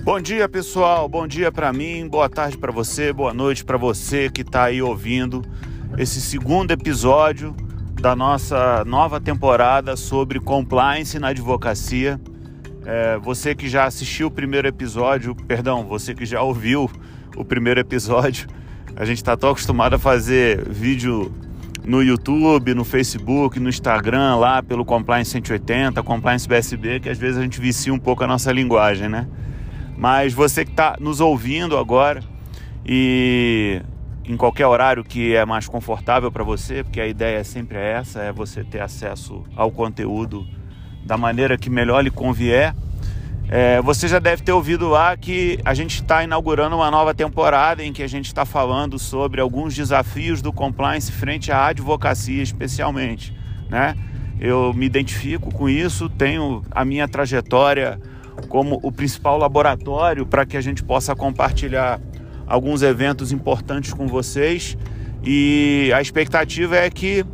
Bom dia, pessoal, bom dia para mim, boa tarde para você, boa noite para você que está aí ouvindo esse segundo episódio da nossa nova temporada sobre compliance na advocacia. Você que já assistiu o primeiro episódio, você que já ouviu o primeiro episódio, a gente está tão acostumado a fazer vídeo no YouTube, no Facebook, no Instagram, lá pelo Compliance 180, Compliance BSB, que às vezes a gente vicia um pouco a nossa linguagem, né? Mas você que está nos ouvindo agora e em qualquer horário que é mais confortável para você, porque a ideia sempre é essa, é você ter acesso ao conteúdo da maneira que melhor lhe convier. Você já deve ter ouvido lá que a gente está inaugurando uma nova temporada em que a gente está falando sobre alguns desafios do compliance frente à advocacia especialmente, né? Eu me identifico com isso, tenho a minha trajetória como o principal laboratório para que a gente possa compartilhar alguns eventos importantes com vocês, e a expectativa é que,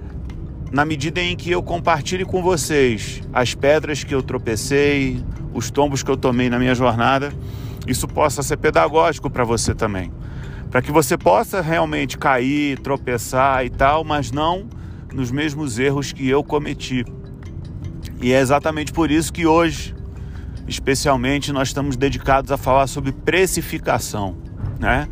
na medida em que eu compartilhe com vocês as pedras que eu tropecei, os tombos que eu tomei na minha jornada, isso possa ser pedagógico para você também, para que você possa realmente cair, tropeçar e tal, mas não nos mesmos erros que eu cometi. E é exatamente por isso que hoje, especialmente, nós estamos dedicados a falar sobre precificação, né?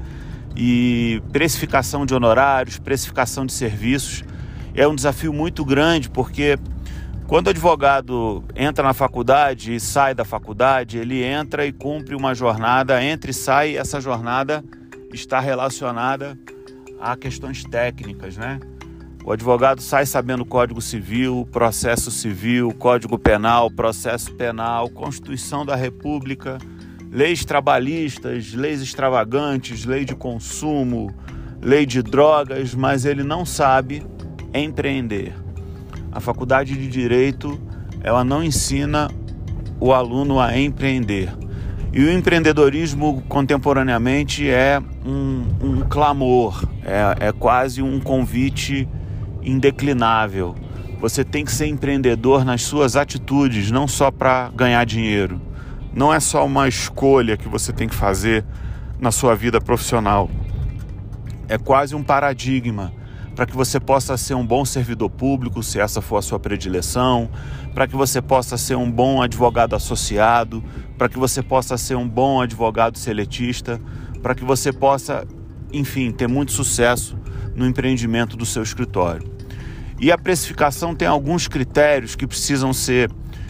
E precificação de honorários, precificação de serviços é um desafio muito grande, porque quando o advogado entra na faculdade e sai da faculdade, ele entra e cumpre uma jornada, entra e sai, e essa jornada está relacionada a questões técnicas, né? O advogado sai sabendo Código Civil, Processo Civil, Código Penal, Processo Penal, Constituição da República, leis trabalhistas, leis extravagantes, lei de consumo, lei de drogas, mas ele não sabe empreender. A faculdade de Direito, ela não ensina o aluno a empreender. E o empreendedorismo contemporaneamente é um clamor, é quase um convite indeclinável. Você tem que ser empreendedor nas suas atitudes, não só para ganhar dinheiro. Não é só uma escolha que você tem que fazer na sua vida profissional. É quase um paradigma para que você possa ser um bom servidor público, se essa for a sua predileção, para que você possa ser um bom advogado associado, para que você possa ser um bom advogado seletista, para que você possa, enfim, ter muito sucesso no empreendimento do seu escritório. E a precificação tem alguns critérios que precisam ser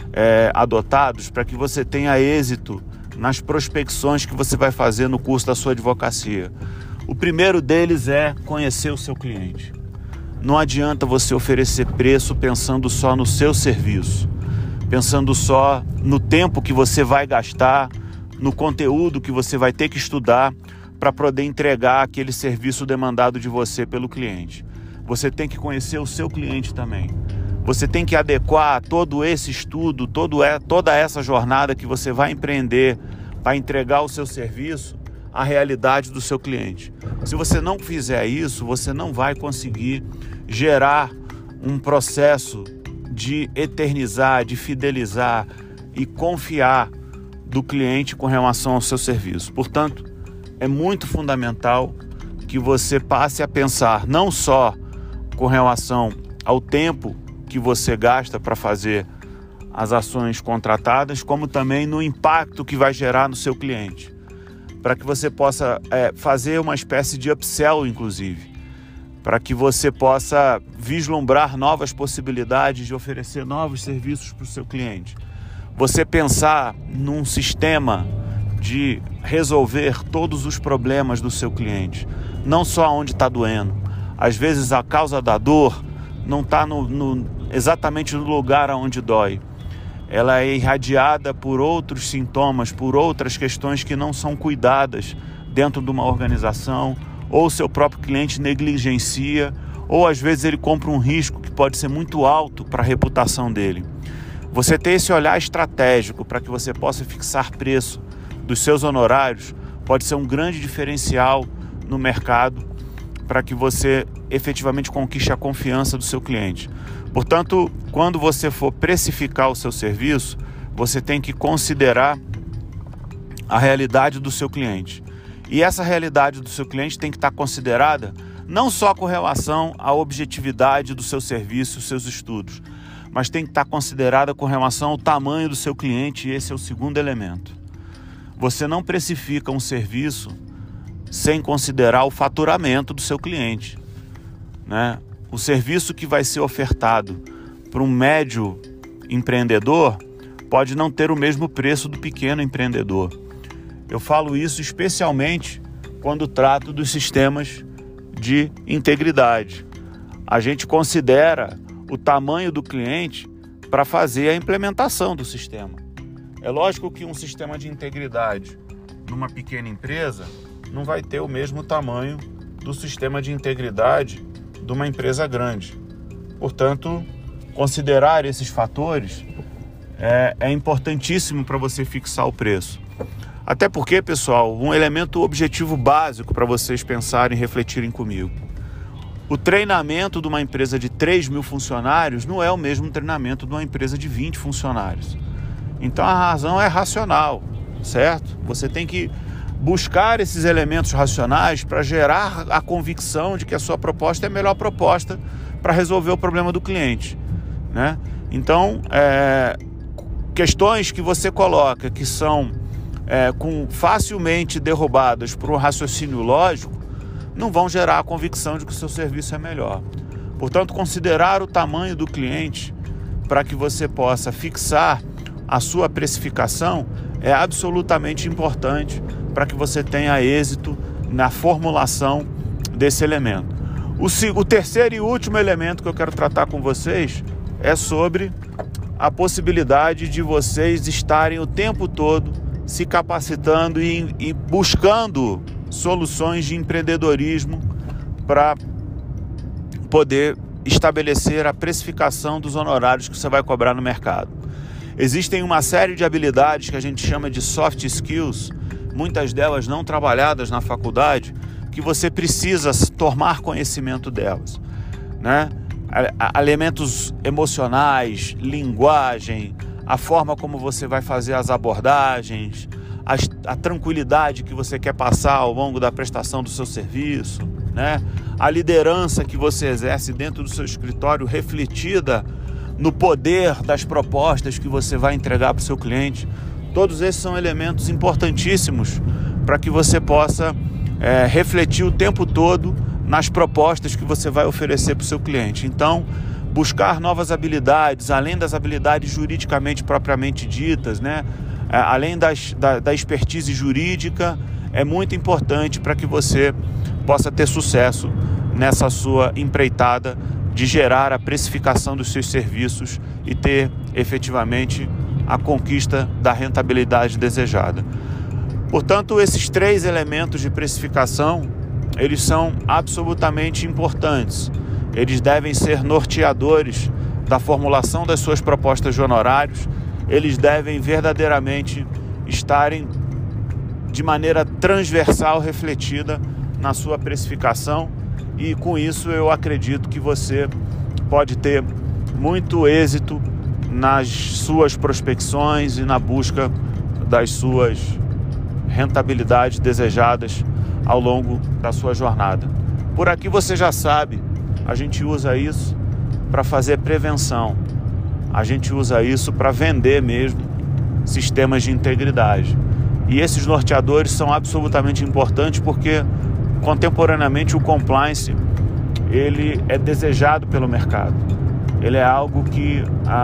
adotados para que você tenha êxito nas prospecções que você vai fazer no curso da sua advocacia. O primeiro deles é conhecer o seu cliente. Não adianta você oferecer preço pensando só no seu serviço, pensando só no tempo que você vai gastar, no conteúdo que você vai ter que estudar para poder entregar aquele serviço demandado de você pelo cliente. Você tem que conhecer o seu cliente também. Você tem que adequar todo esse estudo, toda essa jornada que você vai empreender para entregar o seu serviço à realidade do seu cliente. Se você não fizer isso, você não vai conseguir gerar um processo de eternizar, de fidelizar e confiar do cliente com relação ao seu serviço. Portanto, é muito fundamental que você passe a pensar não só com relação ao tempo que você gasta para fazer as ações contratadas, como também no impacto que vai gerar no seu cliente, para que você possa fazer uma espécie de upsell, inclusive, para que você possa vislumbrar novas possibilidades de oferecer novos serviços para o seu cliente. Você pensar num sistema de resolver todos os problemas do seu cliente, não só onde está doendo. Às vezes a causa da dor não está exatamente no lugar onde dói. Ela é irradiada por outros sintomas, por outras questões que não são cuidadas dentro de uma organização, ou o seu próprio cliente negligencia, ou às vezes ele compra um risco que pode ser muito alto para a reputação dele. Você ter esse olhar estratégico para que você possa fixar preço dos seus honorários pode ser um grande diferencial no mercado para que você efetivamente conquiste a confiança do seu cliente. Portanto, quando você for precificar o seu serviço, você tem que considerar a realidade do seu cliente. E essa realidade do seu cliente tem que estar considerada não só com relação à objetividade do seu serviço, seus estudos, mas tem que estar considerada com relação ao tamanho do seu cliente, e esse é o segundo elemento. Você não precifica um serviço sem considerar o faturamento do seu cliente, né? O serviço que vai ser ofertado para um médio empreendedor pode não ter o mesmo preço do pequeno empreendedor. Eu falo isso especialmente quando trato dos sistemas de integridade. A gente considera o tamanho do cliente para fazer a implementação do sistema. É lógico que um sistema de integridade numa pequena empresa não vai ter o mesmo tamanho do sistema de integridade de uma empresa grande. Portanto, considerar esses fatores é importantíssimo para você fixar o preço. Até porque, pessoal, um elemento objetivo básico para vocês pensarem e refletirem comigo. O treinamento de uma empresa de 3.000 funcionários não é o mesmo treinamento de uma empresa de 20 funcionários. Então a razão é racional, certo? Você tem que buscar esses elementos racionais para gerar a convicção de que a sua proposta é a melhor proposta para resolver o problema do cliente, né? Então, questões que você coloca que são facilmente derrubadas por um raciocínio lógico não vão gerar a convicção de que o seu serviço é melhor. Portanto, considerar o tamanho do cliente para que você possa fixar a sua precificação é absolutamente importante para que você tenha êxito na formulação desse elemento. O terceiro e último elemento que eu quero tratar com vocês é sobre a possibilidade de vocês estarem o tempo todo se capacitando e buscando soluções de empreendedorismo para poder estabelecer a precificação dos honorários que você vai cobrar no mercado. Existem uma série de habilidades que a gente chama de soft skills, muitas delas não trabalhadas na faculdade, que você precisa tomar conhecimento delas, né? Elementos emocionais, linguagem, a forma como você vai fazer as abordagens, a tranquilidade que você quer passar ao longo da prestação do seu serviço, né? A liderança que você exerce dentro do seu escritório refletida no poder das propostas que você vai entregar para o seu cliente. Todos esses são elementos importantíssimos para que você possa refletir o tempo todo nas propostas que você vai oferecer para o seu cliente. Então, buscar novas habilidades, além das habilidades juridicamente propriamente ditas, né? Além da expertise jurídica, é muito importante para que você possa ter sucesso nessa sua empreitada de gerar a precificação dos seus serviços e ter efetivamente a conquista da rentabilidade desejada. Portanto, esses 3 elementos de precificação, eles são absolutamente importantes. Eles devem ser norteadores da formulação das suas propostas de honorários. Eles devem verdadeiramente estarem de maneira transversal refletida na sua precificação, e com isso eu acredito que você pode ter muito êxito nas suas prospecções e na busca das suas rentabilidades desejadas ao longo da sua jornada. Por aqui você já sabe, a gente usa isso para fazer prevenção, a gente usa isso para vender mesmo sistemas de integridade. E esses norteadores são absolutamente importantes porque contemporaneamente o compliance ele é desejado pelo mercado. Ele é algo que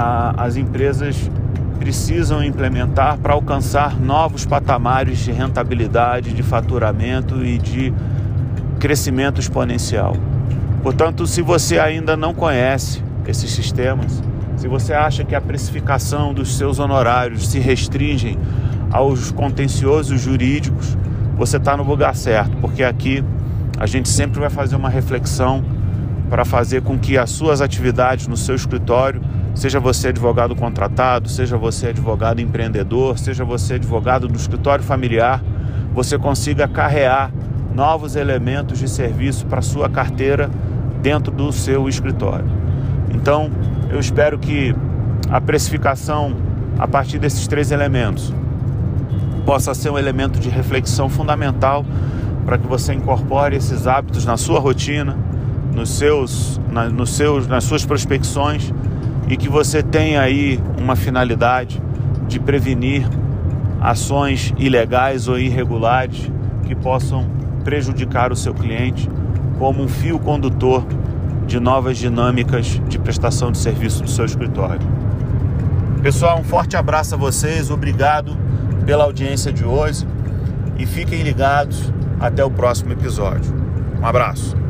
as empresas precisam implementar para alcançar novos patamares de rentabilidade, de faturamento e de crescimento exponencial. Portanto, se você ainda não conhece esses sistemas, se você acha que a precificação dos seus honorários se restringem aos contenciosos jurídicos, você está no lugar certo, porque aqui a gente sempre vai fazer uma reflexão para fazer com que as suas atividades no seu escritório, seja você advogado contratado, seja você advogado empreendedor, seja você advogado do escritório familiar, você consiga carregar novos elementos de serviço para a sua carteira dentro do seu escritório. Então, eu espero que a precificação, a partir desses 3 elementos, possa ser um elemento de reflexão fundamental para que você incorpore esses hábitos na sua rotina, nas suas prospecções, e que você tenha aí uma finalidade de prevenir ações ilegais ou irregulares que possam prejudicar o seu cliente, como um fio condutor de novas dinâmicas de prestação de serviço do seu escritório. Pessoal, um forte abraço a vocês, obrigado pela audiência de hoje e fiquem ligados até o próximo episódio. Um abraço.